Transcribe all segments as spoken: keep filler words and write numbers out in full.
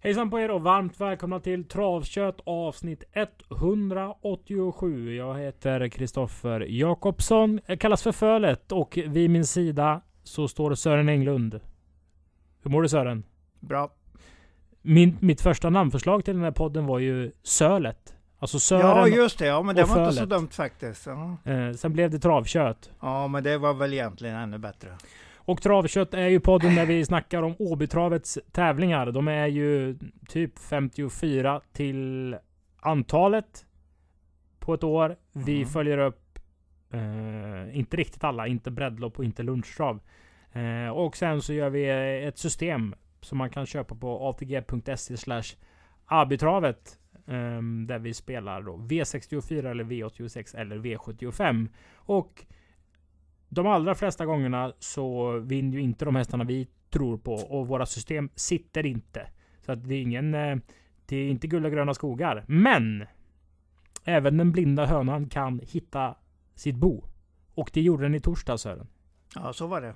Hejsan på er och varmt välkomna till Travkött avsnitt etthundraåttiosju. Jag heter Kristoffer Jakobsson, jag kallas för Fölet, och vid min sida så står Sören Englund. Hur mår du, Sören? Bra. Min, mitt första namnförslag till den här podden var ju Sölet. Alltså Sören. Ja, just det. Ja, men det var Fölet. inte så dumt faktiskt. Ja. Eh, sen blev det Travkött. ja, men det var väl egentligen ännu bättre. Och Travkött är ju podden där vi snackar om Åbytravets tävlingar. De är ju typ femtiofyra till antalet på ett år. Vi Mm. följer upp eh, inte riktigt alla, inte breddlopp och inte lunchtrav. Eh, och sen så gör vi ett system som man kan köpa på atg.se slash abytravet. Eh, där vi spelar då V sextiofyra eller V åttiosex eller V sjuttiofem. Och de allra flesta gångerna så vinner ju inte de hästarna vi tror på, och våra system sitter inte. Så att det är ingen, det är inte guld och gröna skogar. Men även den blinda hönan kan hitta sitt bo. Och det gjorde den i torsdag, Sören. Ja, så var det.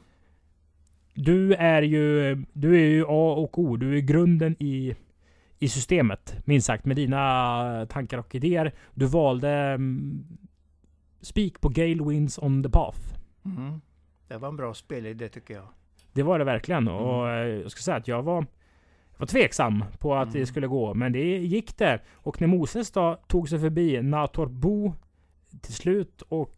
Du är ju, du är ju A och O. Du är grunden i, i systemet, minst sagt, med dina tankar och idéer. Du valde um, Speak på Gale Wins on the Path. Mm. Det var en bra spelidé, tycker jag. Det var det verkligen. Mm. Och jag ska säga att jag var, jag var tveksam på att Mm. det skulle gå. Men det gick det. Och när Moses då tog sig förbi Natorp Bo till slut, och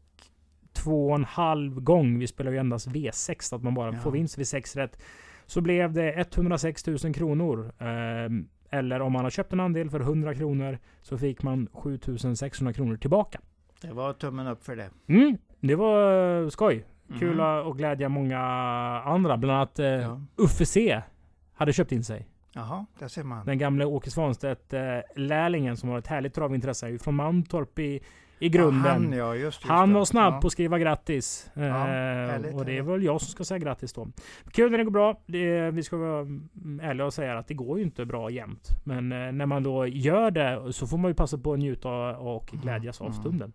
två och en halv gång, vi spelar ju endast V sex, så att man bara Ja. får vinst vid sex rätt, så blev det etthundrasex tusen kronor. Ehm, eller om man har köpt en andel för hundra kronor så fick man sju tusen sexhundra kronor tillbaka. Det var tummen upp för det. Mm, det var skoj. Kul Mm. att glädja många andra. Bland annat eh, Ja. Uffe C hade köpt in sig. Jaha, där ser man. Den gamla Åke Svanstedt eh, lärlingen som har ett härligt travintresse, är ju från Mantorp i, i grunden. Ja, han, ja, just, just Han det. var snabb ja. på att skriva grattis. Eh, härligt, och det är härligt. väl jag som ska säga grattis då. Kul när det går bra. Det, vi ska vara ärliga och säga att det går ju inte bra jämt. Men eh, när man då gör det så får man ju passa på att njuta och glädjas av Mm. stunden.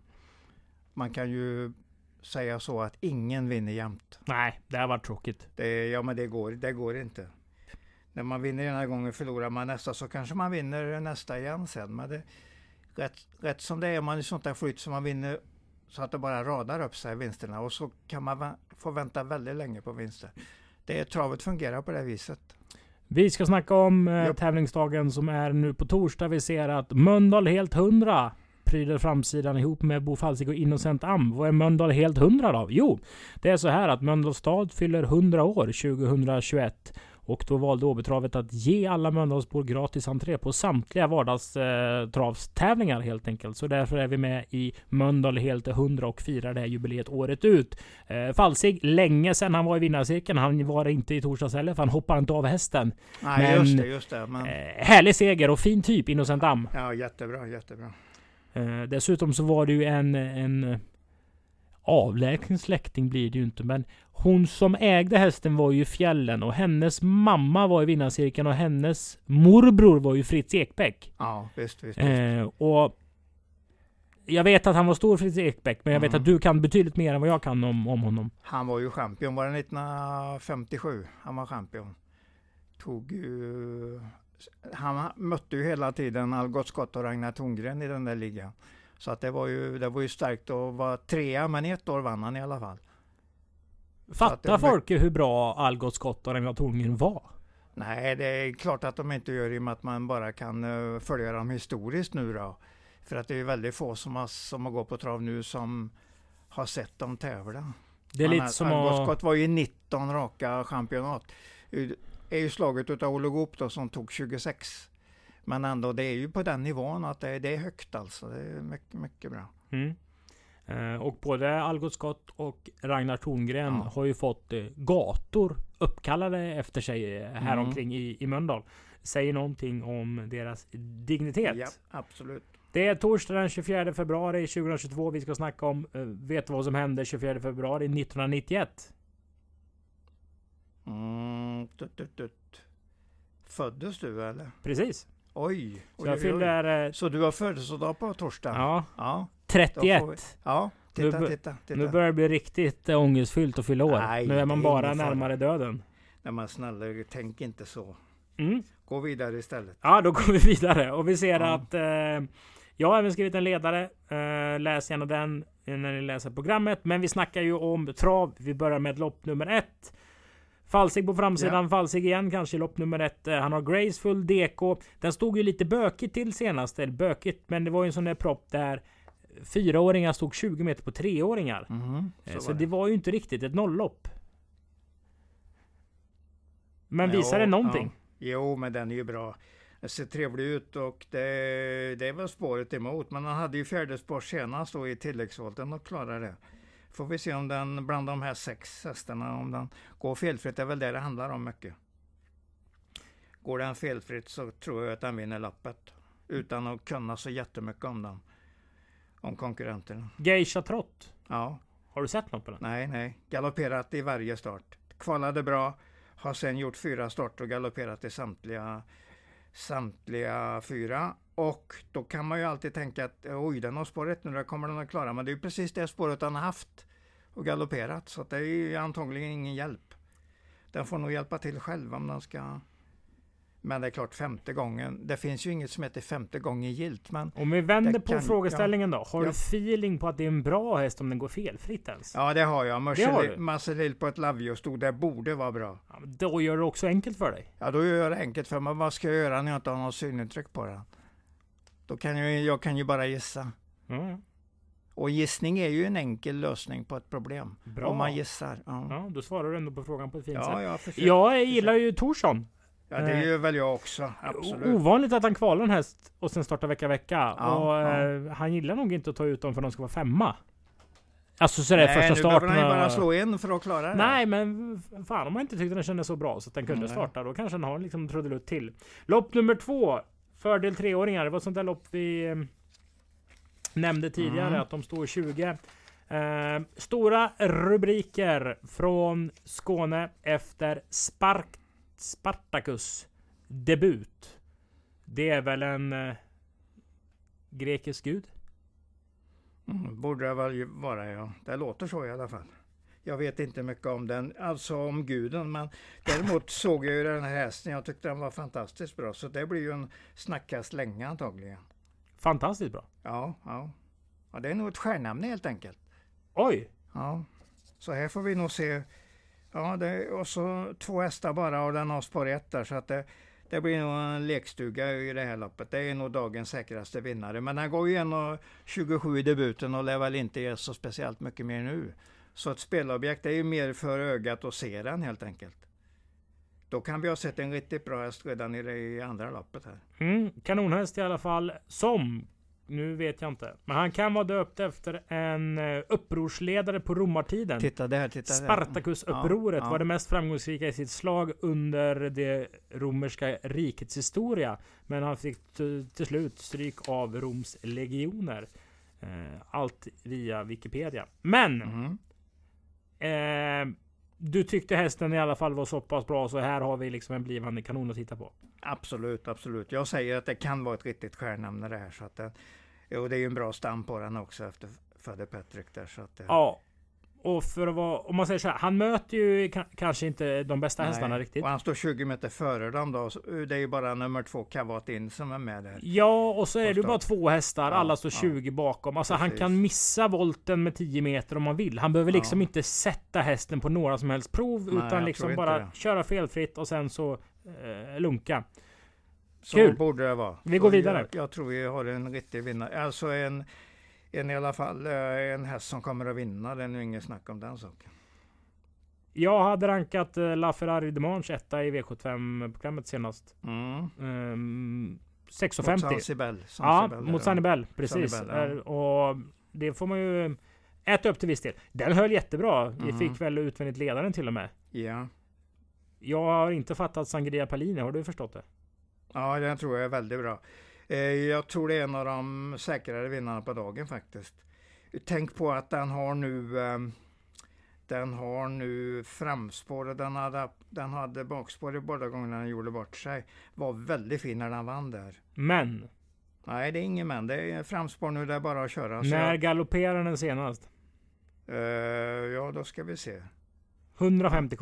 Man kan ju säga så att ingen vinner jämt. Nej, det har varit tråkigt. Det, ja, men det går, det går inte. När man vinner ena gången förlorar man nästa, så kanske man vinner nästa igen sen. Men det, rätt, rätt som det är man i sånt där flyt som man vinner så att det bara radar upp sig vinsterna, och så kan man vä- få vänta väldigt länge på vinster. Det är, travet fungerar på det viset. Vi ska snacka om eh, Japp. tävlingsdagen som är nu på torsdag. Vi ser att Mölndal helt hundra pryder framsidan ihop med Bo Falsig och Innocent Am. Vad är Mölndal helt hundra då? Jo, det är så här att Mölndal stad fyller hundra år tjugohundratjugoett. Och då valde Åbytravet att ge alla Mölndalsbor gratis entré på samtliga vardagstravstävlingar helt enkelt. Så därför är vi med i Mölndal helt hundra och firar det här jubileet året ut. Eh, Falsig, länge sedan han var i vinnarcirkeln. Han var det inte i torsdags heller, för han hoppar inte av hästen. Nej, Men, just det, just det. Men, Eh, härlig seger och fin typ, Innocent Am. ja, jättebra, jättebra. Eh, dessutom så var det ju en, en avlägsen släkting blir det ju inte, men hon som ägde hästen var ju Fjällen, och hennes mamma var i vinnarcirkeln, och hennes morbror var ju Fritz Ekbäck. Ja, visst, visst. visst. Eh, och jag vet att han var stor, Fritz Ekbäck, men jag vet Mm. att du kan betydligt mer än vad jag kan om, om honom. Han var ju champion, var det nittonhundrafemtiosju? Han var champion. Tog ju... Han mötte ju hela tiden Algot Scott och Ragnar Thorngren i den där ligan. Så att det var ju, det var ju starkt att vara trea, men ett år vann han i alla fall. Fattar det- folk hur bra Algot Scott och Ragnar Thorngren var? Nej, det är klart att de inte gör, i och med att man bara kan uh, följa dem historiskt nu då. För att det är ju väldigt få som har, som har gått på trav nu som har sett dem tävla. Det är Han lite har- som Algot att... Scott var ju nitton raka championat. Det är ju slaget utav Olle Goop då, som tog tjugosex. Men ändå, det är ju på den nivån att det är, det är högt alltså. Det är mycket, mycket bra. Mm. Eh, och både Algot Scott och Ragnar Thorngren Ja. har ju fått eh, gator uppkallade efter sig eh, här Mm. omkring i, i Mölndal. Säger någonting om deras dignitet. Ja, absolut. Det är torsdag den tjugofjärde februari tjugohundratjugotvå. Vi ska snacka om, eh, vet du vad som hände tjugofjärde februari nittonhundranittioett? Mm, tut, tut, tut. Föddes du eller? Precis. Oj. Så oj, jag oj, oj. fyller eh, Så du har födelsedag på torsdag? ja, Ja. trettioett. Då får vi- Ja, titta, Nu- titta, titta. Nu börjar det bli riktigt äh, ångestfyllt att fylla år. Nej, nu är man det är bara ingen fara. närmare döden. Nej, men snälla, tänk inte så. Mm. Gå vidare istället. Ja, då går vi vidare. Och vi ser Ja. att eh, jag har även skrivit en ledare. Eh, läs gärna den när ni läser programmet. Men vi snackar ju om trav. Vi börjar med lopp nummer ett. Falsig på framsidan, ja. Falsig igen kanske i lopp nummer ett. Han har Graceful, D K. Den stod ju lite bökigt till senast. Eller bökigt, men det var ju en sån där propp där fyraåringar stod tjugo meter på treåringar. Mm, så så så var det. det var ju inte riktigt ett nolllopp. Men Jo, visar det någonting? Ja. Jo, men den är ju bra. Det ser trevlig ut och det, det är väl spåret emot. Men han hade ju fjärde spår senast då i tilläggsvolten och klarar det. Får vi se om den bland de här sex hästarna, om den går felfritt. Det är väl det det handlar om mycket. Går den felfritt så tror jag att den vinner lappet. Utan att kunna så jättemycket om den. Om konkurrenterna. Geisha Trott. Ja. Har du sett något på den? Nej, nej. Galopperat i varje start. Kvalade bra. Har sen gjort fyra starter och galopperat i samtliga, samtliga fyra. Och då kan man ju alltid tänka att oj, den har spåret nu, där kommer den att klara. Men det är ju precis det spåret han har haft och galopperat. Så det är ju antagligen ingen hjälp. Den får nog hjälpa till själv om den ska... Men det är klart, femte gången. Det finns ju inget som heter femte gången gilt. Men om vi vänder på kan, frågeställningen ja, då. Har ja. du feeling på att det är en bra häst om den går felfritt ens? Ja, det har jag. Det har du. Marcelil på ett Lavio stod. Det borde vara bra. Ja, men då gör det också enkelt för dig. Ja, då gör jag det enkelt för mig. Vad ska jag göra när jag inte har någon synintryck på den? Då kan jag, jag kan ju bara gissa. Mm. Och gissning är ju en enkel lösning på ett problem. Bra. Om man gissar. Ja, Ja, då svarar du ändå på frågan på ett fint ja sätt. jag försöker. Jag gillar ju Torsson. Ja, det gör väl jag också. Absolut. Ovanligt att han kvalar en häst och sen startar vecka vecka. Ja, och ja. Eh, han gillar nog inte att ta ut dem för de ska vara femma. Alltså så det är Nej, första nu starten. behöver han ju bara och- slå in för att klara det. Nej, men fan om man inte tyckte den kändes så bra så att den kunde Nej. starta, då kanske den har liksom trudelutt till. Lopp nummer två. Fördel treåringar. Det var ett sånt där lopp vi eh, nämnde tidigare, Mm. att de står tjugo. Eh, stora rubriker från Skåne efter Spark Spartacus debut. Det är väl en eh, grekisk gud? Mm, borde det väl vara, ja. Det låter så i alla fall. Jag vet inte mycket om den, alltså om guden, men däremot såg jag ju den här hästen. Jag tyckte den var fantastiskt bra, så det blir ju en snackas länge antagligen. Fantastiskt bra. Ja, ja. Ja, det är nog ett stjärnnamn helt enkelt. Oj! Ja, så här får vi nog se. Ja, det, och så två hästar bara och den har spår ett där, så att det, det blir nog en lekstuga i det här loppet. Det är nog dagens säkraste vinnare. Men den går ju en och tjugosju i debuten och lär väl inte ge så speciellt mycket mer nu. Så ett spelobjekt är ju mer för ögat att se den helt enkelt. Då kan vi ha sett en riktigt bra häst redan i det andra loppet här. Mm, kanonhäst i alla fall. Som, nu vet jag inte, men han kan vara döpt efter en eh, upprorsledare på romartiden. Titta där, titta där. Spartacus-upproret Ja, ja. var det mest framgångsrika i sitt slag under det romerska rikets historia. Men han fick t- till slut stryk av Roms legioner. Eh, allt via Wikipedia. Men Mhm. eh, du tyckte hästen i alla fall var så pass bra, så här har vi liksom en blivande kanon att titta på. Absolut, absolut. Jag säger att det kan vara ett riktigt stjärnnamn det här. Så att det, och det är ju en bra stam på den också efter Födde Patrick där. Så att det, Ja. Och för att vara, om man säger så här, han möter ju ka- kanske inte de bästa nej. hästarna riktigt. Och han står tjugo meter före dem då. Så det är ju bara nummer två, Kavat in, som är med där. Ja, och så är det ju Förstå. bara två hästar. Ja, Alla står ja. tjugo bakom. Alltså han Precis. kan missa volten med tio meter om man vill. Han behöver liksom Ja. inte sätta hästen på några som helst prov. Nej, utan jag liksom tror inte bara det. köra felfritt och sen så eh, lunka. Så Kul. borde det vara. Vi Så går vidare. Jag, jag tror vi har en riktig vinnare. Alltså en, en i alla fall eh, en häst som kommer att vinna. Det är nu ingen snack om den saken. Jag hade rankat eh, La Ferrari de Manche etta i V sjuttiofem-programmet senast. Mm. Um, sex Mot femtio. Sansibel. Ja, Sansibel där, mot Sannibel. Precis. Sannibel, ja. Eh, Och det får man ju äta upp till viss del. Den höll jättebra. Vi Mhm. fick väl utvändigt ledaren till och med. Ja. Jag har inte fattat Sangria Palini. Har du förstått det? Ja, den tror jag är väldigt bra. Eh, jag tror det är en av de säkrare vinnarna på dagen faktiskt. Tänk på att den har nu eh, den har nu framspår och den hade, den hade bakspår i båda gångerna den gjorde bort sig. Var väldigt fin när den vann där. Men Nej, det är ingen men. Det är framspår nu, det är bara att köra. Så när jag, galopperar den senast? eh, ja, då ska vi se. hundrafemtio kvar.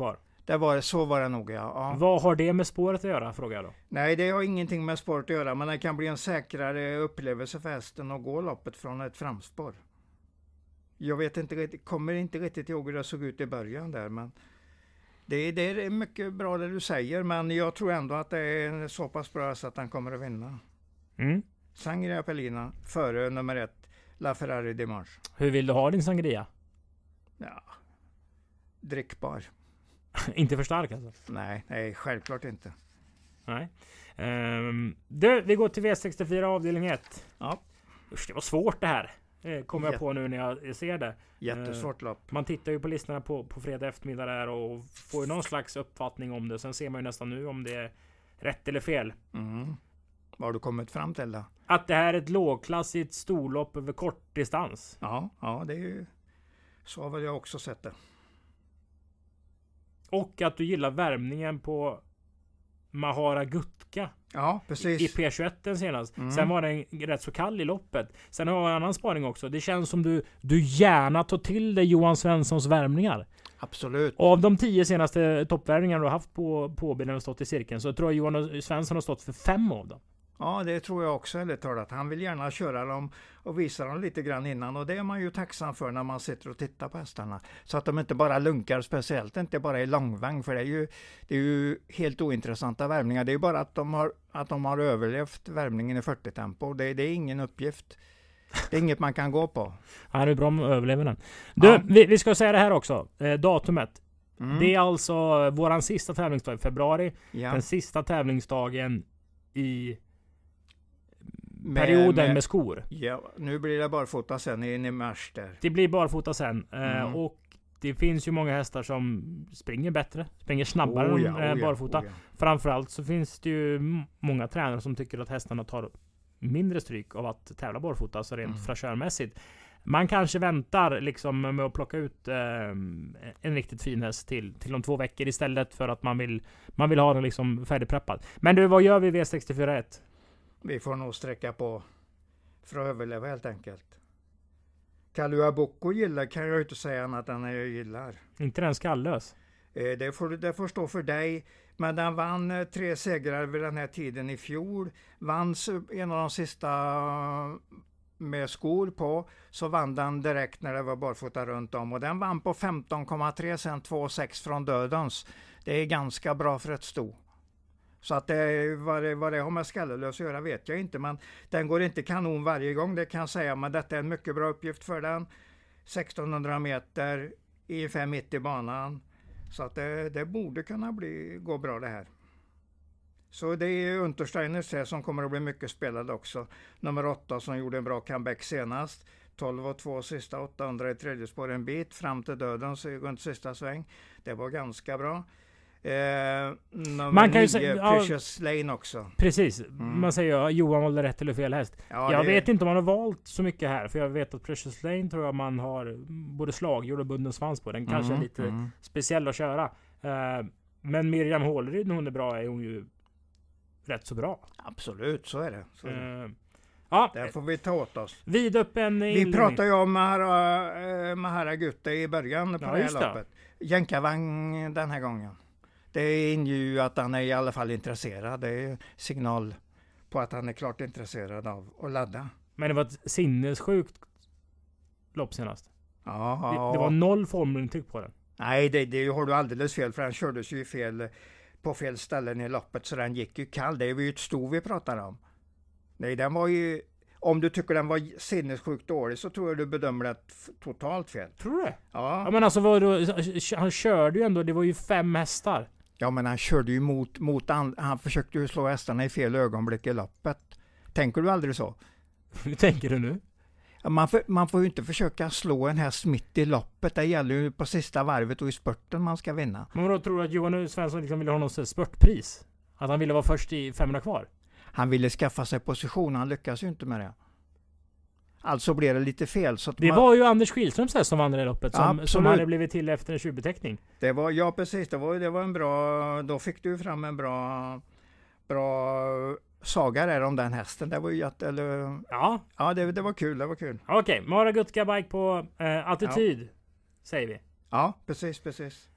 Det var, så var det nog, ja. ja. Vad har det med spåret att göra, frågar jag då? Nej, det har ingenting med sport att göra, men det kan bli en säkrare upplevelse för hästen att gå loppet från ett framspår. Jag vet inte riktigt, kommer inte riktigt ihåg hur det såg ut i början där, men det, det är mycket bra det du säger, men jag tror ändå att det är så pass bra så att han kommer att vinna. Mm. Sangria Pellina före nummer ett, La Ferrari Dimanche. Hur vill du ha din sangria? Ja, drickbar. Inte för stark alltså? Nej, nej, självklart inte. Nej. Um, du, vi går till V sextiofyra avdelning ett. Ja. Usch, det var svårt det här. Kommer jag Jätte- på nu när jag ser det. Jättesvårt lopp. Man tittar ju på listorna på, på fredag eftermiddag där och får ju någon slags uppfattning om det. Sen ser man ju nästan nu om det är rätt eller fel. Mm. Vad har du kommit fram till då? Att det här är ett lågklassigt storlopp över kort distans. Ja, ja, det är ju så har väl jag också sett det. Och att du gillar värmningen på Mahara Gutka Ja, i precis. P tjugoett senast. Mm. Sen var den rätt så kall i loppet. Sen har jag en annan spaning också. Det känns som du, du gärna tar till dig Johan Svenssons värmningar. Absolut. Och av de tio senaste toppvärmningarna du har haft på påbilen och stått i cirkeln, så tror jag Johan Svensson har stått för fem av dem. Ja, det tror jag också, eller talat. Han vill gärna köra dem och visa dem lite grann innan, och det är man ju tacksam för när man sitter och tittar på hästarna. Så att de inte bara lunkar, speciellt inte bara i långvagn, för det är ju, det är ju helt ointressanta värmningar. Det är ju bara att de har, att de har överlevt värmningen i fyrtio tempo. Det, det är ingen uppgift. Det är inget man kan gå på. Ja, det är bra om överlever den. Du, Ja. vi, vi ska säga det här också. Eh, datumet. Mm. Det är alltså våran sista tävlingsdag i februari. Ja. Den sista tävlingsdagen i Med- perioden med, med- skor. Ja, nu blir det barfota sen in i mars där. Det blir barfota sen. Eh, Mm. och det finns ju många hästar som springer bättre. Springer snabbare Oh ja, än oh ja, barfota. oh ja. Framförallt så finns det ju m- många tränare som tycker att hästarna tar mindre stryk av att tävla barfota, så rent Mm. fräschörmässigt. Man kanske väntar liksom med att plocka ut eh, en riktigt fin häst till, till de två veckor istället för att man vill, man vill ha den liksom färdigpreppad. Men du, vad gör vi i V sextiofyra ett? Vi får nog sträcka på för att överleva helt enkelt. Kalua Boko gillar, kan jag ju inte säga annat än att jag gillar. Inte den skallös. Eh, Det får, det får stå för dig. Men den vann eh, tre segrar vid den här tiden i fjol. Vann s- en av de sista eh, med skor på. Så vann den direkt när det var barfota runt om. Och den vann på femton komma tre, sen två komma sex från dödens. Det är ganska bra för ett sto. Så att det, vad, det, vad det har med skallelös att göra vet jag inte. Men den går inte kanon varje gång, det kan jag säga. Men detta är en mycket bra uppgift för den. sextonhundra meter, ungefär mitt i banan. Så att det, det borde kunna bli, gå bra det här. Så det är Untersteiners här som kommer att bli mycket spelad också. Nummer åtta som gjorde en bra comeback senast. tolv och två sista åttahundra i tredje spår en bit fram till döden så runt sista sväng. Det var ganska bra. Eh, nummer Man kan ju nio, säga- ja. Precious Lane också. Precis. Man säger ja, Johan valde rätt eller fel häst. Ja, jag det- vet inte om man har valt så mycket här. För jag vet att Precious Lane tror jag man har både slaggjord och bunden svans på. Den kanske Mm, är lite mm. speciell att köra. Eh, men Miriam Håleryd när hon är bra är hon ju rätt så bra. Absolut, så är det. Så är det. Eh, ja, Där får vi ta åt oss. vidöppen Vi inledning. pratade ju om Mahara, eh, Mahara Gutta i början på Ja, det här just det. loppet. Jänkarvagn den här gången. Det inger ju att han är i alla fall intresserad. Det är signal på att han är klart intresserad av att ladda. Men det var ett sinnessjukt lopp senast. Ja, Det, det var noll formintryck på den. Nej, det, det har du alldeles fel, för han kördes ju fel på fel ställen i loppet, så den gick ju kall. Det är ju ett sto vi pratar om. Nej, den var ju... Om du tycker den var sinnessjukt dålig så tror jag du bedömer det f- totalt fel. Tror du det? Ja. Ja men alltså vad då, han körde ju ändå, det var ju fem hästar. Ja, men han körde ju mot, mot and, han försökte ju slå hästarna i fel ögonblick i loppet. Tänker du aldrig så? Hur tänker du nu? Ja, man, får, man får ju inte försöka slå en häst mitt i loppet. Det gäller ju på sista varvet och i spurten man ska vinna. Men vadå, tror du att Johan Svensson liksom ville ha någon sorts spurtpris? Att han ville vara först i femhundra kvar? Han ville skaffa sig position, han lyckas ju inte med det. Alltså blev det lite fel. Så att Det man, var ju Anders Kihlströms häst som vann det loppet. Som, Absolut. som hade blivit till efter en tjurbeteckning. det var, ja, precis. Det var, det var en bra... Då fick du fram en bra... Bra saga där om den hästen. Det var ju att, eller, Ja, ja, det, det var kul. Det var kul. okej. Mara Gutka bike på eh, attityd. Säger vi. Ja, precis, precis.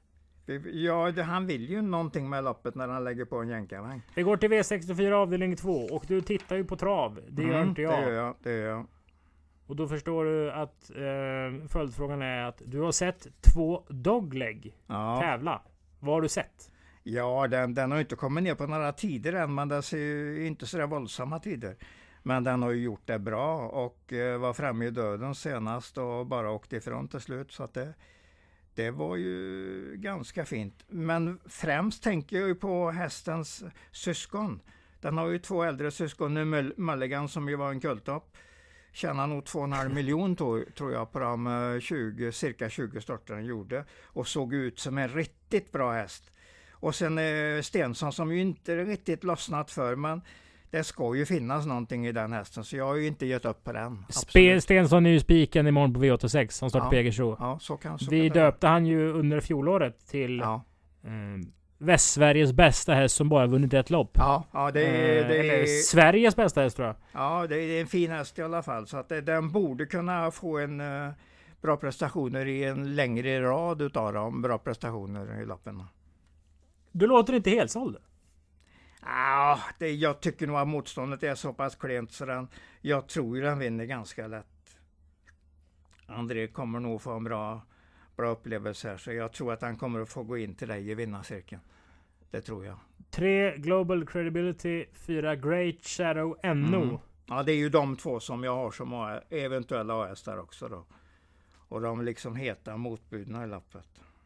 Ja, det, han vill ju någonting med loppet när han lägger på en jänkarvagn. Vi går till V sextiofyra avdelning två och du tittar ju på trav. Det gör Mm, inte jag. Det gör jag, det gör jag. Och då förstår du att eh, följdfrågan är att du har sett två dogleg Ja. tävla. Vad har du sett? Ja, den, den har inte kommit ner på några tider än, men det ser ju inte så där våldsamma tider. Men den har ju gjort det bra och eh, var framme i döden senast och bara åkte ifrån till slut. Så att det, det var ju ganska fint. Men främst tänker jag ju på hästens syskon. Den har ju två äldre syskon, nu Mull- Mulligan som ju var en kulltopp. Tjänar nog två och en halv miljon tror, tror jag på de tjugo, cirka tjugo starter den gjorde. Och såg ut som en riktigt bra häst. Och sen eh, Stensson som ju inte riktigt lossnat för, men det ska ju finnas någonting i den hästen, så jag har ju inte gett upp på den. Spe- Stensson är ju spiken imorgon på V åttiosex som startar Ja. på Jägersro. Ja, så kan, så Vi kan det döpte han ju under fjolåret till Ja. eh, Västsveriges bästa häst som bara vunnit ett lopp. Ja, ja, det är, Eh, det eller är, Sveriges bästa häst tror jag. ja, det är en fin häst i alla fall, så att det, den borde kunna få en uh, bra prestationer i en längre rad utav dem, bra prestationer i loppen. Du låter inte helt såld. Ja, det, jag tycker nog att motståndet är så pass klent så den, jag tror ju den vinner ganska lätt. André kommer nog få en bra, bra upplevelse här, så jag tror att han kommer att få gå in till dig i vinnarcirkeln. Det tror jag. Tre Global Credibility, fyra Great Shadow N O. Mm. Ja, det är ju de två som jag har som har eventuella A S där också då. Och de liksom heter motbudna i lappet.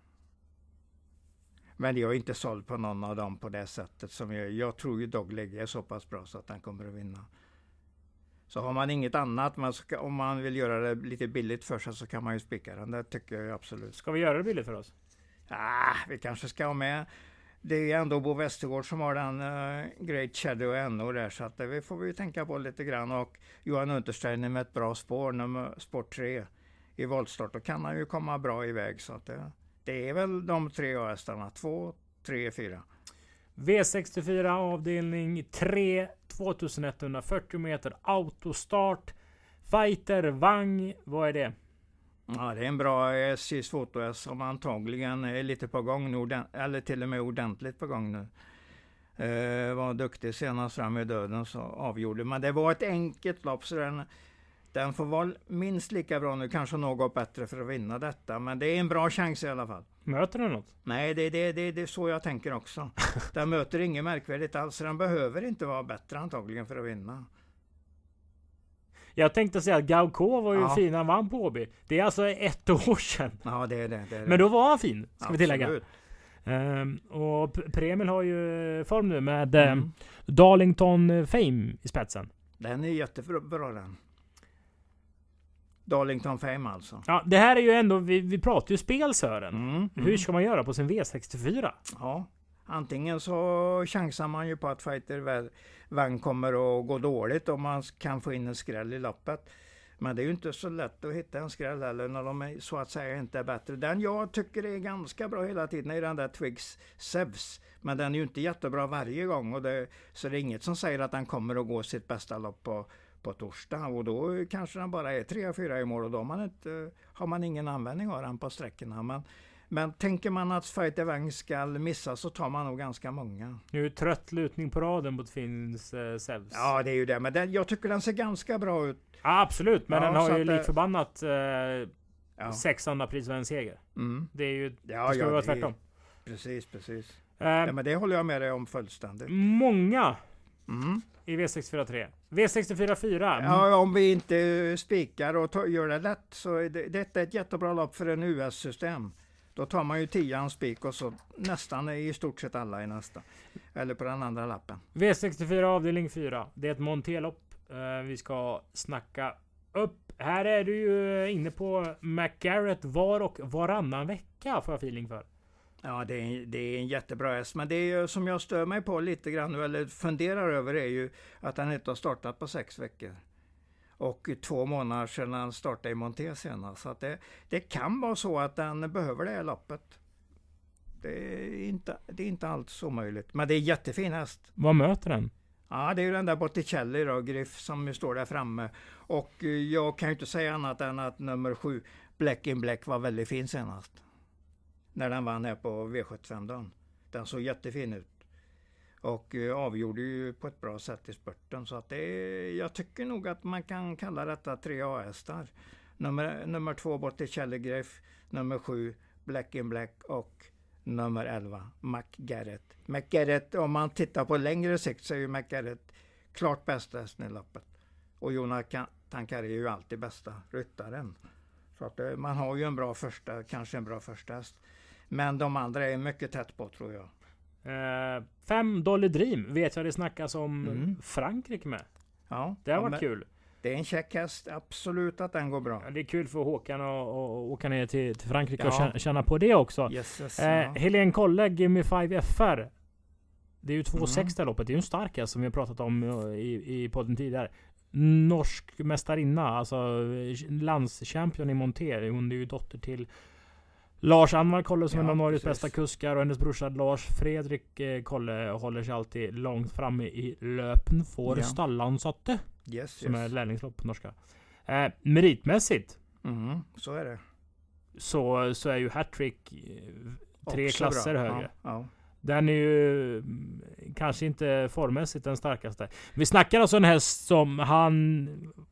Men jag är inte såld på någon av dem på det sättet som jag, jag tror ju Dogleg är så pass bra så att han kommer att vinna. Så har man inget annat, man ska, om man vill göra det lite billigt för sig så kan man ju spika den. Det tycker jag absolut. Ska vi göra det billigt för oss? Ah, vi kanske ska ha med. Det är ändå Bo Westergård som har den uh, Great Shadow N O där, så att det får vi tänka på lite grann. Och Johan Untersteiner med ett bra spår, nummer sport tre i voltstart, då kan han ju komma bra iväg. Så att det, det är väl de tre hästarna, två, tre, fyra. V sextiofyra avdelning tre, tvåtusenetthundrafyrtio meter autostart. Fighter Vang, vad är det? Ja, det är en bra S J:s foto som antagligen är lite på gång nu, eller till och med ordentligt på gång nu. Eh, var duktig senast fram i döden så avgjorde. Men det var ett enkelt lopp så den, den får vara minst lika bra nu, kanske något bättre för att vinna detta. Men det är en bra chans i alla fall. Möter den något? Nej, det, det, det, det är så jag tänker också. Den möter inget märkvärdigt alls, så den behöver inte vara bättre antagligen för att vinna. Jag tänkte säga att Gauko var ju Ja. fin, han vann på Åby. Det är alltså ett år sedan. Ja, det är det. det, är det. Men då var han fin, ska Absolut. vi tillägga. Um, och P- Premil har ju form nu med mm. Mm. Darlington Fame i spetsen. Den är jättebra den. Darlington Fame alltså. Ja, det här är ju ändå, vi, vi pratar ju spel, Sören. Mm, mm. Hur ska man göra på sin V sextiofyra? Ja, antingen så chansar man ju på att Fighter Vang kommer att gå dåligt om man kan få in en skräll i loppet. Men det är ju inte så lätt att hitta en skräll heller när de är, så att säga inte är bättre. Den jag tycker är ganska bra hela tiden är den där Twigs Sevs. Men den är ju inte jättebra varje gång. Och det, så det är inget som säger att den kommer att gå sitt bästa lopp på, på torsdag. Och då kanske den bara är tre fyra i mål och då har man, inte, har man ingen användning av den på sträckorna. Men, men tänker man att Fighter Vang ska missa så tar man nog ganska många. Nu är det trött lutning på raden mot Finns eh, Sevs. Ja, det är ju det. Men den, jag tycker den ser ganska bra ut. Ja, absolut, men Ja, den har så ju att det- lik förbannat eh, Ja. sexhundra pris för en seger. Mm. Det är ju, Ja, det ska ja, vara det- tvärtom. Precis, precis. Eh, Ja, men det håller jag med dig om fullständigt. Många Mm. i V sextiofyra tre. V sextiofyra fyra. Ja, om vi inte spikar och tar, gör det lätt så är det, detta är ett jättebra lopp för en U S-system. Då tar man ju tian spik och så nästan är i stort sett alla i nästa. Eller på den andra lappen. V sextiofyra avdelning fyra. Det är ett Montelopp. Eh, vi ska snacka upp. Här är du ju inne på McGarrett var och varannan vecka, får jag feeling för. Ja, det är, det är en jättebra häst. Men det är ju som jag stör mig på lite grann nu, eller funderar över, är ju att han inte har startat på sex veckor. Och två månader sedan han startade i Monté senast. Så att det, det kan vara så att den behöver det här loppet. Det är inte, det är inte alls omöjligt. Men det är en jättefin häst. Vad möter den? Ja, det är ju den där Botticelli då, Griff, som ju står där framme. Och eh, jag kan ju inte säga annat än att nummer sju, Black in Black, var väldigt fin senast. när den vann här på V sjuttiofem-dagen. Den såg jättefin ut. Och uh, avgjorde ju på ett bra sätt i spurten. Så att det är, jag tycker nog att man kan kalla detta tre A-hästar. Nummer, nummer två bort till Challegrave, nummer sju Black in Black och nummer elva McGarrett. McGarrett, om man tittar på längre sikt så är ju McGarrett klart bästa hästen i loppet. Och Jonathan Tankar är ju alltid bästa ryttaren. Så att uh, man har ju en bra första, kanske en bra första häst. Men de andra är mycket tätt på, tror jag. Uh, fem Dolly Dream vet jag det snackas om Mm. Frankrike med. Ja, Det har ja, varit men kul. Det är en check häst, absolut att den går bra. Ja, det är kul för Håkan att åka ner till, till Frankrike Ja. och känna, känna på det också. Yes, yes, Eh, ja. Helene Kolle, Gimme five F R. Det är ju två Mm. sex där loppet. Det är ju en stark häst som vi har pratat om i, i podden tidigare. Norsk mästarinna, alltså landschampion i monter. Hon är ju dotter till Lars Anmar Kolle som Ja, är en av Norges precis. bästa kuskar, och hennes brorsa Lars Fredrik eh, Kolle håller sig alltid långt framme i löpen för Ja. Stallansatte, Yes, som är yes. lärlingslopp på norska. Eh, meritmässigt Mm, så är det. så, så är ju hattrick eh, tre Också klasser bra. högre. Ja, ja. Den är ju mm, kanske inte formmässigt den starkaste. Vi snackar alltså en häst som han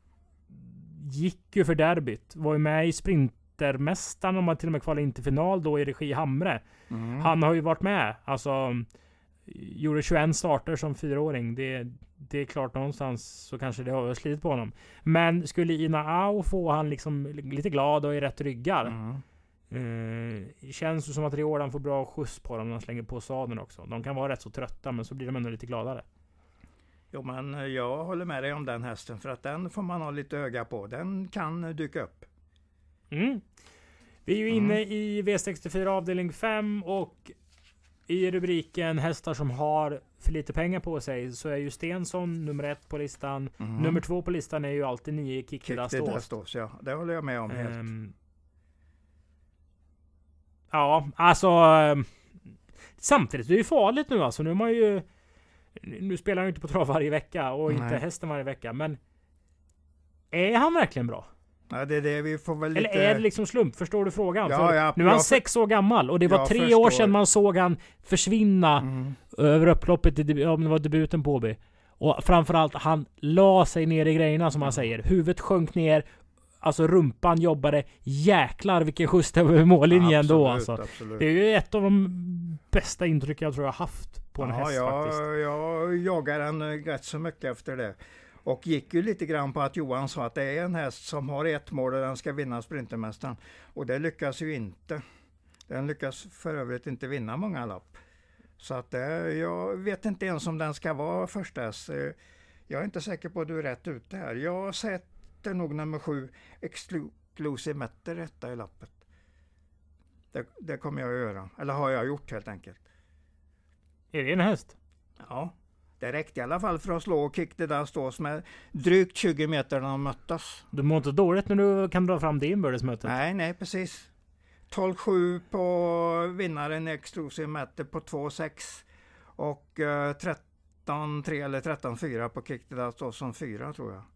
gick ju för derbyt. Var ju med i Sprintermästaren, om man till och med kvalade in till final då i regi Hamre. Mm. Han har ju varit med. Alltså gjorde tjugoett starter som fyraåring. Det, det är klart någonstans så kanske det har slitit på honom. Men skulle Ina Au få han liksom lite glad och i rätt ryggar. Mm. Eh, känns det som att Riordan får bra skjuts på dem när de slänger på sadeln också. De kan vara rätt så trötta, men så blir de ändå lite gladare. Jo, men jag håller med dig om den hästen, för att den får man ha lite öga på. Den kan dyka upp. Mm. Vi är ju Mm. inne i V sextiofyra avdelning fem, och i rubriken hästar som har för lite pengar på sig så är ju Stensson nummer ett på listan. Mm. Nummer två på listan är ju alltid nio Kick Kickida det där Stås. stås, ja. Det håller jag med om helt. Ehm, ja, alltså ehm, samtidigt det är ju farligt nu alltså. Nu är man ju nu spelar han ju inte på trav varje vecka och inte Nej. hästen varje vecka, men är han verkligen bra? Ja, det är det vi får väl lite... Eller är det liksom slump? Förstår du frågan? Ja, För ja, nu är han jag för- sex år gammal och det var jag tre förstår. år sedan man såg han försvinna Mm. över upploppet i debu- om det var debuten på Åby. Och framförallt han la sig ner i grejerna som man säger. Huvudet sjönk ner. Alltså rumpan jobbade. Jäklar vilken skjuts över mållinjen då Absolut, alltså. absolut. Det är ju ett av de bästa intryck jag tror jag haft på en ja, häst jag, faktiskt. jag jagar den eh, rätt så mycket efter det. Och gick ju lite grann på att Johan sa att det är en häst som har ett mål och den ska vinna Sprintermästaren. Och det lyckas ju inte. Den lyckas för övrigt inte vinna många lopp. Så att det, jag vet inte ens om den ska vara första häst. Eh, Jag är inte säker på att du är rätt ute här. Jag sätter nog nummer sju Exclusive Metter rätta i loppet. Det, det kommer jag att göra. Eller har jag gjort helt enkelt. Är det en häst? Ja, det räckte i alla fall för att slå och kick det där stås med drygt tjugo meter när de möttes. Du mår inte dåligt när du kan dra fram det inbördesmötet. Nej, nej, precis. tolv sju på vinnaren Exclusive Metter på två sex och uh, tretton tre eller tretton fyra på kick det där stås som fyra tror jag.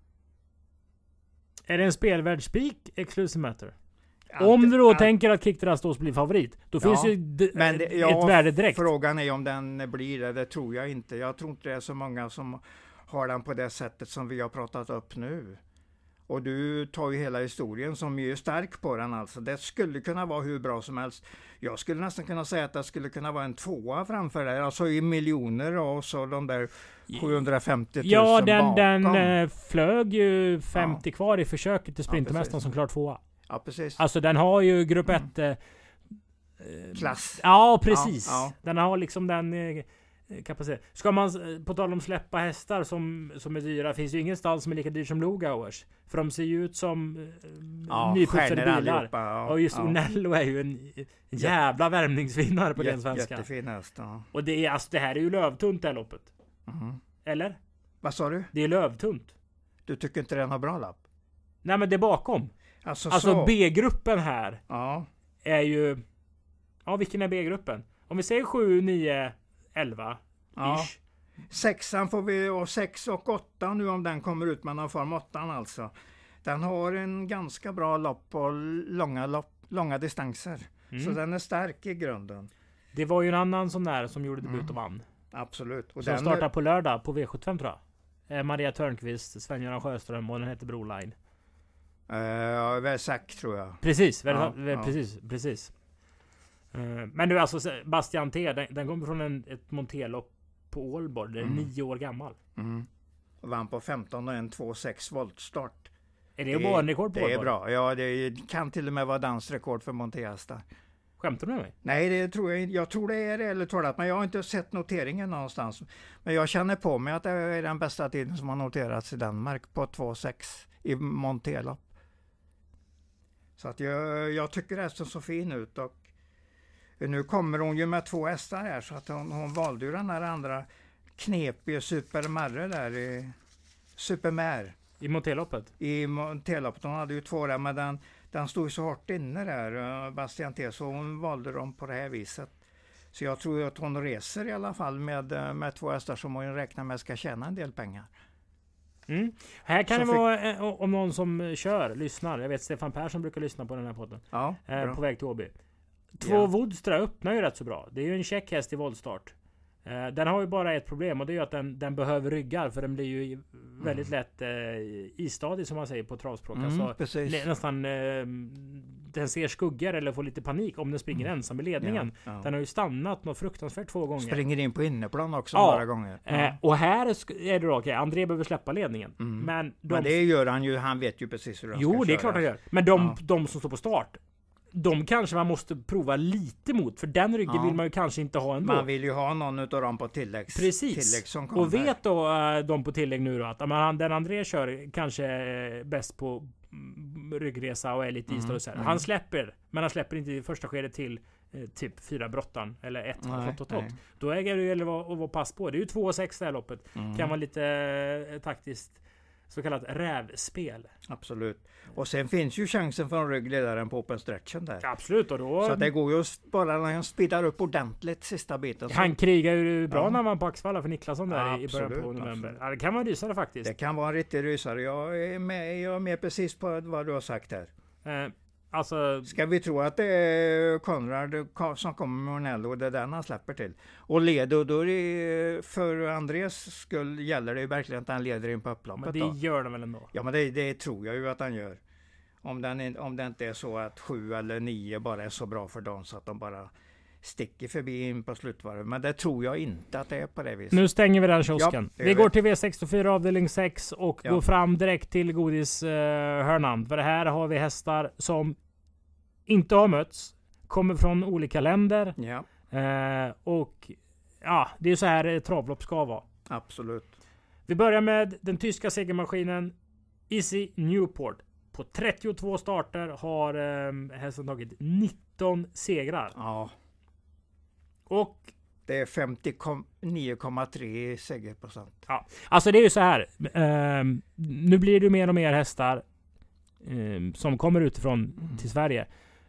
Är det en spelvärd spik Exclusive Matter? Allt- Om du då allt- tänker att Kick the Rastos blir favorit, då Ja, finns ju d- Men det, ett ja, värde direkt. Frågan är om den blir det, det tror jag inte. Jag tror inte det är så många som har den på det sättet som vi har pratat upp nu. Och du tar ju hela historien som är stark på den alltså. Det skulle kunna vara hur bra som helst. Jag skulle nästan kunna säga att det skulle kunna vara en tvåa framför dig. Alltså i miljoner och så de där sjuhundrafemtio tusen Ja, den, bakom. den eh, flög ju femtio kvar i försöket till Sprintermästaren precis. som klart tvåa. Ja, precis. Alltså den har ju grupp ett... Eh, Klass. Ja, precis. Ja, ja. Den har liksom den eh, kapacitet. Ska man, eh, på tal om släppa hästar som, som är dyra, finns ju ingen stall som är lika dyr som Lugauers. För de ser ju ut som eh, Ja, nyputsade stjärnor bilar. allihopa, ja, och just ja. Onello är ju en jävla värmningsvinnare på den Jät- svenska. Jättefin häst, ja. Och det, är, alltså, det här är ju lövtunt det här loppet. Mhm. Eller? Vad sa du? Det är lövtunt. Du tycker inte den har bra lapp? Nej, men det är bakom. Alltså, Alltså så. B-gruppen här Ja. är ju... Ja, vilken är B-gruppen? Om vi säger sju, nio, elva Ja. ish. Sexan får vi, och sex och åtta nu om den kommer ut med någon form åttan alltså. Den har en ganska bra lopp och långa, lopp, långa distanser. Mm. Så den är stark i grunden. Det var ju en annan sån där som gjorde debut Mm. och vann. Absolut. Och som den startar på lördag på V sjuttiofem tror jag. Eh, Maria Törnqvist, Sven-Göran Sjöström och den heter Broline. Uh, ja, Versac tror jag. Precis, Ja, väl, ja. precis, precis. Uh, men nu alltså Bastian T, den, den kommer från en, ett monterlopp på Ålborg. Den är Mm. nio år gammal. Mm. Och vann på femton och en två komma sex volt start. Är det banrekord på Det är Ålborg? bra. Ja, det kan till och med vara dansrekord för monterhästar. Skämtar du med mig? Nej, det tror jag inte. Jag tror det är det eller talat, men jag har inte sett noteringen någonstans. Men jag känner på mig att det är den bästa tiden som har noterats i Danmark på två komma sex i monterlopp. Så att jag, jag tycker hästen så fin ut, och nu kommer hon ju med två hästar här, så att hon, hon valde ju den här andra knepiga Supermarre där i Supermär. I monterloppet? I monterloppet. Hon hade ju två där, men den, den stod så hårt inne där, Bastian T, så hon valde dem på det här viset. Så jag tror att hon reser i alla fall med, med två hästar som hon räknar med ska tjäna en del pengar. Mm. Här kan Så det fick- vara, eh, om någon som kör, lyssnar. Jag vet Stefan Persson brukar lyssna på den här podden. Ja, Eh, bra. på väg till Åby. Två Ja. Woodstra öppnar ju rätt så bra. Det är ju en check häst i voltstart. Eh, den har ju bara ett problem, och det är ju att den, den behöver ryggar, för den blir ju väldigt lätt eh, istadig som man säger på travspråk. Mm, alltså, precis. le- nästan eh, den ser skuggor eller får lite panik om den springer Mm. ensam i ledningen. Ja, ja. Den har ju stannat något fruktansvärt två gånger. Springer in på inneplan också Ja. några gånger. Ja. Eh, och här sk- är det då okej, André behöver släppa ledningen. Mm. Men, de Men det gör han ju, han vet ju precis hur han Jo, ska det är köra. klart han gör. Men de, Ja. de som står på start, de kanske man måste prova lite mot. För den ryggen Ja. vill man ju kanske inte ha ändå. Man vill ju ha någon utav dem på tilläggs, Precis. tillägg som kommer. Och vet då äh, de på tillägg nu då att ja, men han, den André kör kanske är bäst på mm, ryggresa och är lite Mm, istadig så här. mm. Han släpper, men han släpper inte i första skedet till eh, typ fyra brottan eller ett Nej, tot, tot, tot. nej. Då äger det ju att vara, att vara pass på. Det är ju två komma sex det här loppet. Mm. Kan vara lite eh, taktiskt så kallat rävspel. Absolut. Och sen finns ju chansen för en ryggledaren på open stretchen där. Absolut, och då Så att det går ju att bara när han speedar upp ordentligt sista biten. Så han krigar ju bra Ja. när han var på Axvalla för Niklasson där Ja, i början på absolut, november. absolut. Ja, det kan vara rysare faktiskt. det kan vara en riktig rysare. Jag är med, jag är med precis på vad du har sagt här. Eh, alltså, Ska vi tro att det är Konrad som kommer med Ornello och det är den han släpper till. Och leder, då är det, för Andres skull gäller det ju verkligen att han leder in på upploppet. men det då. gör de väl ändå? Ja, men det, det tror jag ju att han gör. Om, den, är- om det inte är så att sju eller nio bara är så bra för dem så att de bara sticker förbi in på slutvarvet. Men det tror jag inte att det är på det viset. Nu stänger vi den kiosken. Ja, det vi gör går vi. till V sextiofyra avdelning sex och Ja. går fram direkt till godishörnan. Eh, för det här har vi hästar som inte har mötts. Kommer från olika länder. Ja, Eh, och ja, det är så här ett travlopp ska vara. absolut. Vi börjar med den tyska segermaskinen Easy Newport. På trettiotvå starter har eh, hästen tagit nitton segrar. Ja, Och det är femtionio komma tre segerprocent. ja, alltså det är ju så här. Eh, nu blir det ju mer och mer hästar eh, som kommer utifrån Mm. till Sverige.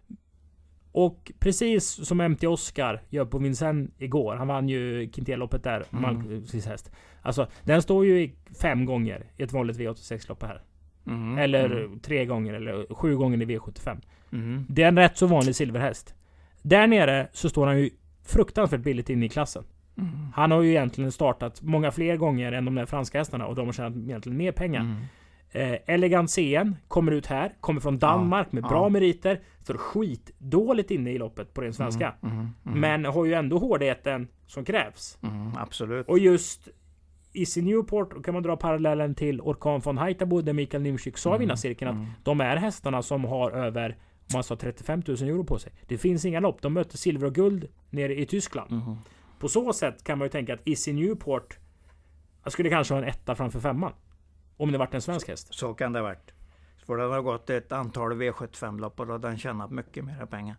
Och precis som M T Oscar gör på Vincennes igår. Han vann ju Quintet-loppet där. Mm. Malmqvists häst. Alltså den står ju i fem gånger i ett vanligt V åttiosex-lopp här. Mm. Eller Mm. tre gånger eller sju gånger i V sjuttiofem. Mm. Det är en rätt så vanlig silverhäst. Där nere så står han ju fruktansvärt billigt inne i klassen. Mm. Han har ju egentligen startat många fler gånger än de där franska hästarna och de har tjänat egentligen mer pengar. Mm. Eh, Elegant C N kommer ut här, kommer från Danmark med ja. bra meriter. Står skitdåligt inne i loppet på den svenska. Mm. Mm. Mm. Men har ju ändå hårdheten som krävs. Mm. Absolut. Och just Easy Newport, då kan man dra parallellen till Orkan von Haitabo där Mikael Nimschik sa i vinnarcirkeln att Mm. de är hästarna som har över, om man sa trettiofem tusen euro på sig. Det finns inga lopp. De möter silver och guld nere i Tyskland. Mm. På så sätt kan man ju tänka att Easy Newport jag skulle kanske ha en etta framför femman. Om det varit en svensk häst. Så kan det ha varit. För det har gått ett antal V sjuttiofem-lopp och då har den tjänat mycket mer pengar.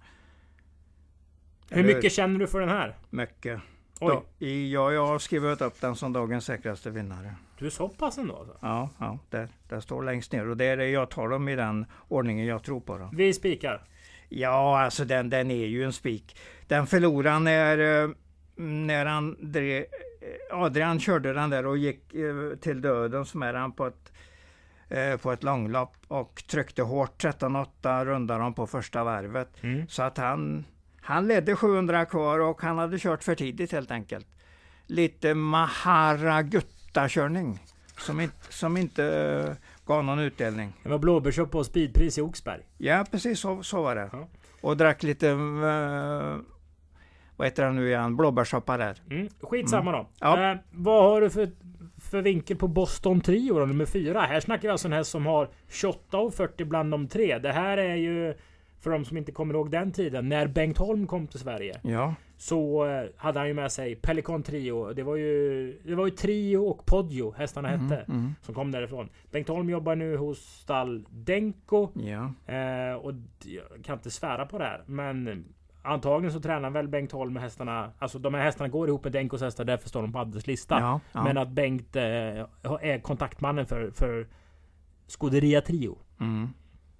Hur Eller- mycket känner du för den här? Mycket. Oj, Då, i, ja, jag har skrivit upp den som dagens säkraste vinnare. du är så pass ändå alltså. Ja, ja där, där står längst ner. Och det är det jag tar dem i den ordningen jag tror på dem. Vi spikar. Ja, alltså den, den är ju en spik. Den förlorade när, eh, när André, Adrian körde den där och gick eh, till döden, som är han på ett eh, på ett långlopp och tryckte hårt tretton åtta rundar de på första varvet. Mm. Så att han, han ledde sjuhundra kvar och han hade kört för tidigt helt enkelt. Lite Maharagutta-körning som, in, som inte uh, gav någon utdelning. Det var blåbärsköp på speedpris i Oxberg. Ja, precis så, så var det. Ja. Och drack lite, uh, vad heter det nu igen, blåbärssoppa där. Mm. Skitsamma Mm. då. Ja. Eh, vad har du för, för vinkel på Boston Trio då, nummer fyra? Här snackar vi alltså en häst som har tjugoåtta och fyrtio bland de tre. Det här är ju, för de som inte kommer ihåg den tiden, när Bengt Holm kom till Sverige. Ja. Så eh, hade han ju med sig Pelikan Trio. Det var ju, det var ju Trio och Podio hästarna Mm, hette. mm. Som kom därifrån. Bengt Holm jobbar nu hos stall Denko. Ja. Eh, och jag kan inte svära på det här. Men antagligen så tränar väl Bengt Holm med hästarna. Alltså de här hästarna går ihop med Denkos hästar. Därför står de på Addes lista. Ja, ja. Men att Bengt eh, är kontaktmannen för, för Scuderia Trio. Mm.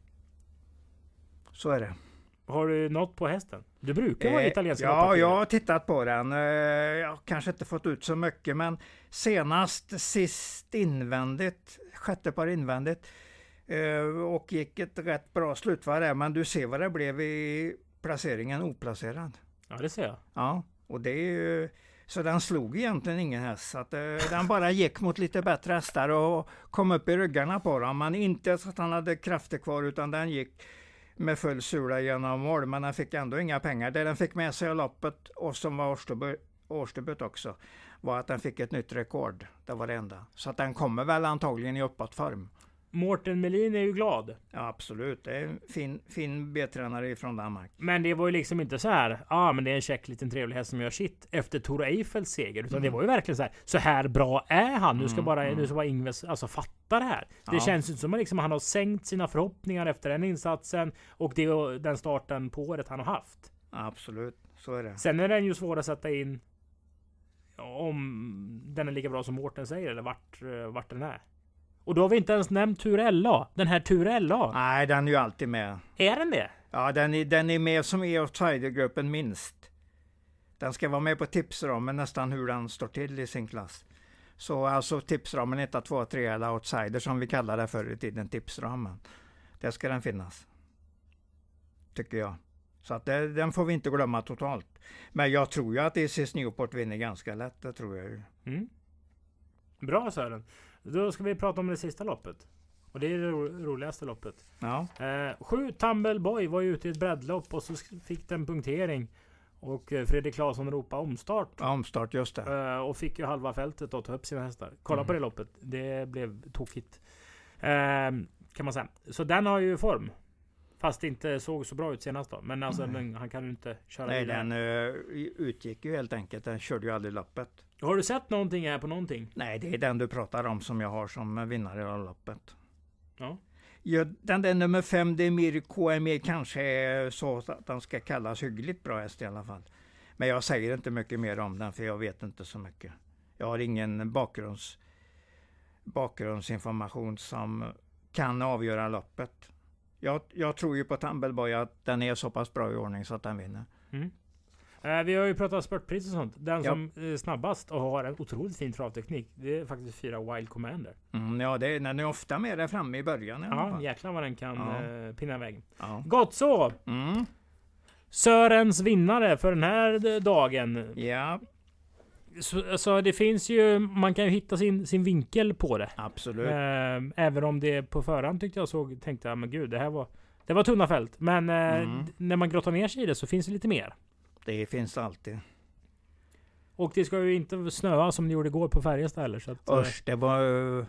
Så är det. Har du något på hästen? Du brukar vara Eh, italienska Ja, loppartier. jag har tittat på den. Eh, Jag har kanske inte fått ut så mycket, men senast sist invändigt, sjätte par invändigt, eh, och gick ett rätt bra slutvarv där, men du ser vad det blev i placeringen, oplacerad. Ja, det ser jag. Ja, och det är ju, så den slog egentligen ingen häst, så att eh, den bara gick mot lite bättre hästar och kom upp i ryggarna på dem, men inte så att han hade krafter kvar, utan den gick med full sula genom mål, men den fick ändå inga pengar. Det den fick med sig av loppet, och som var årsdebut, årsdebut också, var att den fick ett nytt rekord. Det var det enda. Så att den kommer väl antagligen i uppåtform. Mårten Melin är ju glad. Ja, absolut. Det är en fin, fin B-tränare ifrån Danmark. Men det var ju liksom inte så här. Ja, ah, men det är en check liten trevlig häst som gör sitt efter Tor Eiffels seger. Utan mm. det var ju verkligen så här. Så här bra är han. Nu ska Mm, bara, mm. nu ska bara Ingves alltså fatta det här. Ja. Det känns ju som att liksom han har sänkt sina förhoppningar efter den insatsen. Och det är den starten på året han har haft. Ja, absolut. Så är det. Sen är den ju svår att sätta in. Om den är lika bra som Mårten säger. Eller vart, vart den är. Och då har vi inte ens nämnt Turella. Den här Turella. Nej, den är ju alltid med. Är den det? Ja, den är, den är med som i outsidergruppen minst. Den ska vara med på tipsramen nästan hur den står till i sin klass. Så alltså tipsramen ett, två, tre eller outsider som vi kallade det förr i tiden, tipsramen. Där ska den finnas. Tycker jag. Så att det, den får vi inte glömma totalt. Men jag tror ju att Isis Newport vinner ganska lätt, det tror jag ju. Mm. Bra Sören. Då ska vi prata om det sista loppet. Och det är det ro- roligaste loppet. Ja. Eh, sju Tumble Boy var ute i ett breddlopp och så fick den punktering. Och eh, Fredrik Claesson ropade omstart. Ja, omstart, just det. Eh, och fick ju halva fältet att ta upp sina hästar. Kolla Mm. på det loppet. Det blev tokigt. Eh, kan man säga. Så den har ju form. Fast det inte såg så bra ut senast då. Men alltså Mm. den, han kan ju inte köra Nej, vidare. den uh, utgick ju helt enkelt. Den körde ju aldrig loppet. Har du sett någonting här på någonting? Nej, det är den du pratar om som jag har som vinnare av loppet. Ja. Ja, den där nummer fem, Demir K M E, kanske är så att den ska kallas hyggligt bra häst i alla fall. Men jag säger inte mycket mer om den, för jag vet inte så mycket. Jag har ingen bakgrunds, bakgrundsinformation som kan avgöra loppet. Jag, jag tror ju på Tumbleboy att den är så pass bra i ordning så att den vinner. Mm. Eh, vi har ju pratat spurtpris och sånt. Den Ja. som är snabbast och har en otroligt fin travteknik, det är faktiskt fyra Wild Commander. Mm, ja, det är, den är ofta med där framme i början i alla Ja, fall. jäklar vad den kan Ja. eh, pinna iväg. Ja. Gott så! Mm. Sörens vinnare för den här eh, dagen. Ja, Så, alltså det finns ju, man kan ju hitta sin, sin vinkel på det. absolut. Eh, även om det på förhand tyckte jag såg, tänkte jag, men gud, det här var, det var tunna fält. Men eh, Mm. d- när man grottar ner sig i det så finns det lite mer. Det finns alltid. Och det ska ju inte snöa som det gjorde igår på Färjestad heller. Så att, eh, Usch, det var uh,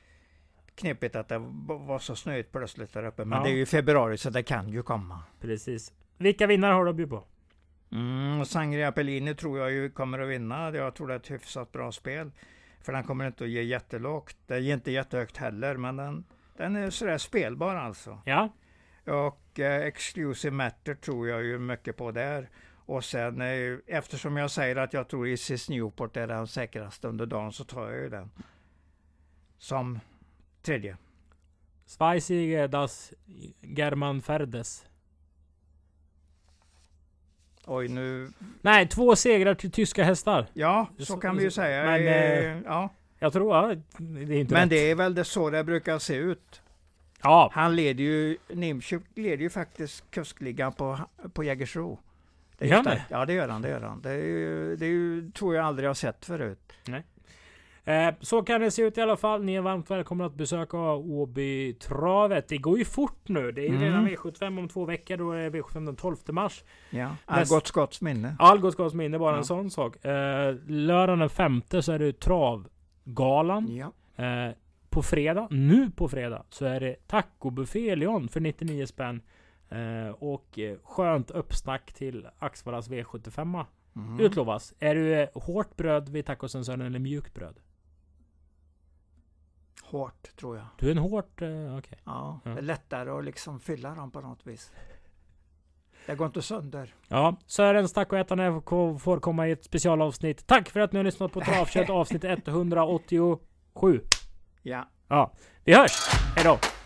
knepigt att det var så snöigt plötsligt där uppe. Men Ja. det är ju februari så det kan ju komma. precis. Vilka vinnare har du att bjuda på? Mm, Sangria Pellini tror jag ju kommer att vinna. Jag tror det är ett hyfsat bra spel. För den kommer inte att ge jättelågt. Det ger inte jättehögt heller, men den, den är sådär spelbar alltså. Ja, Och eh, Exclusive Matter tror jag ju mycket på där. Och sen eh, eftersom jag säger att jag tror Isis Newport är den säkraste under dagen, så tar jag ju den som tredje. Zweisige das German Ferdes. Oj, nu... Nej, två segrar till tyska hästar. Ja, så Så- kan vi ju säga. men, Eh, eh, ja. Jag tror, ja, det är inte Men rätt. det är väl det så det brukar se ut. Ja, Han leder ju, Nimchuk leder ju faktiskt kuskligan på, på Jägersro. Det är Gör ju han det? starkt. Ja, det gör han, det gör han. Det är ju, det är ju, tror jag aldrig har sett förut. Eh, så kan det se ut i alla fall. Ni är varmt välkomna att besöka Åbytravet. Det går ju fort nu. Det är ju Mm. redan V sjuttiofem om två veckor. Då är V sjuttiofem den tolfte mars. Ja, Näst- Algot Scotts minne. Algot Scotts minne, bara Ja. en sån sak. Eh, lördagen den femte så är det Travgalan. Ja. Eh, på fredag, nu på fredag, så är det tacobuffé Leon för nittionio spänn. Eh, och eh, skönt uppsnack till Axvallas V sjuttiofem Mm. utlovas. Är du eh, hårt bröd vid tacosensören eller mjukt bröd? Hårt, tror jag. Du är en hårt... Eh, okej. Ja, Ja. det är lättare att liksom fylla dem på något vis. Det går inte sönder. Ja, Sörens tacoätarna får komma i ett specialavsnitt. Tack för att ni har lyssnat på Travkött avsnitt etthundraåttiosju. Ja. Ja, vi hörs! Hejdå!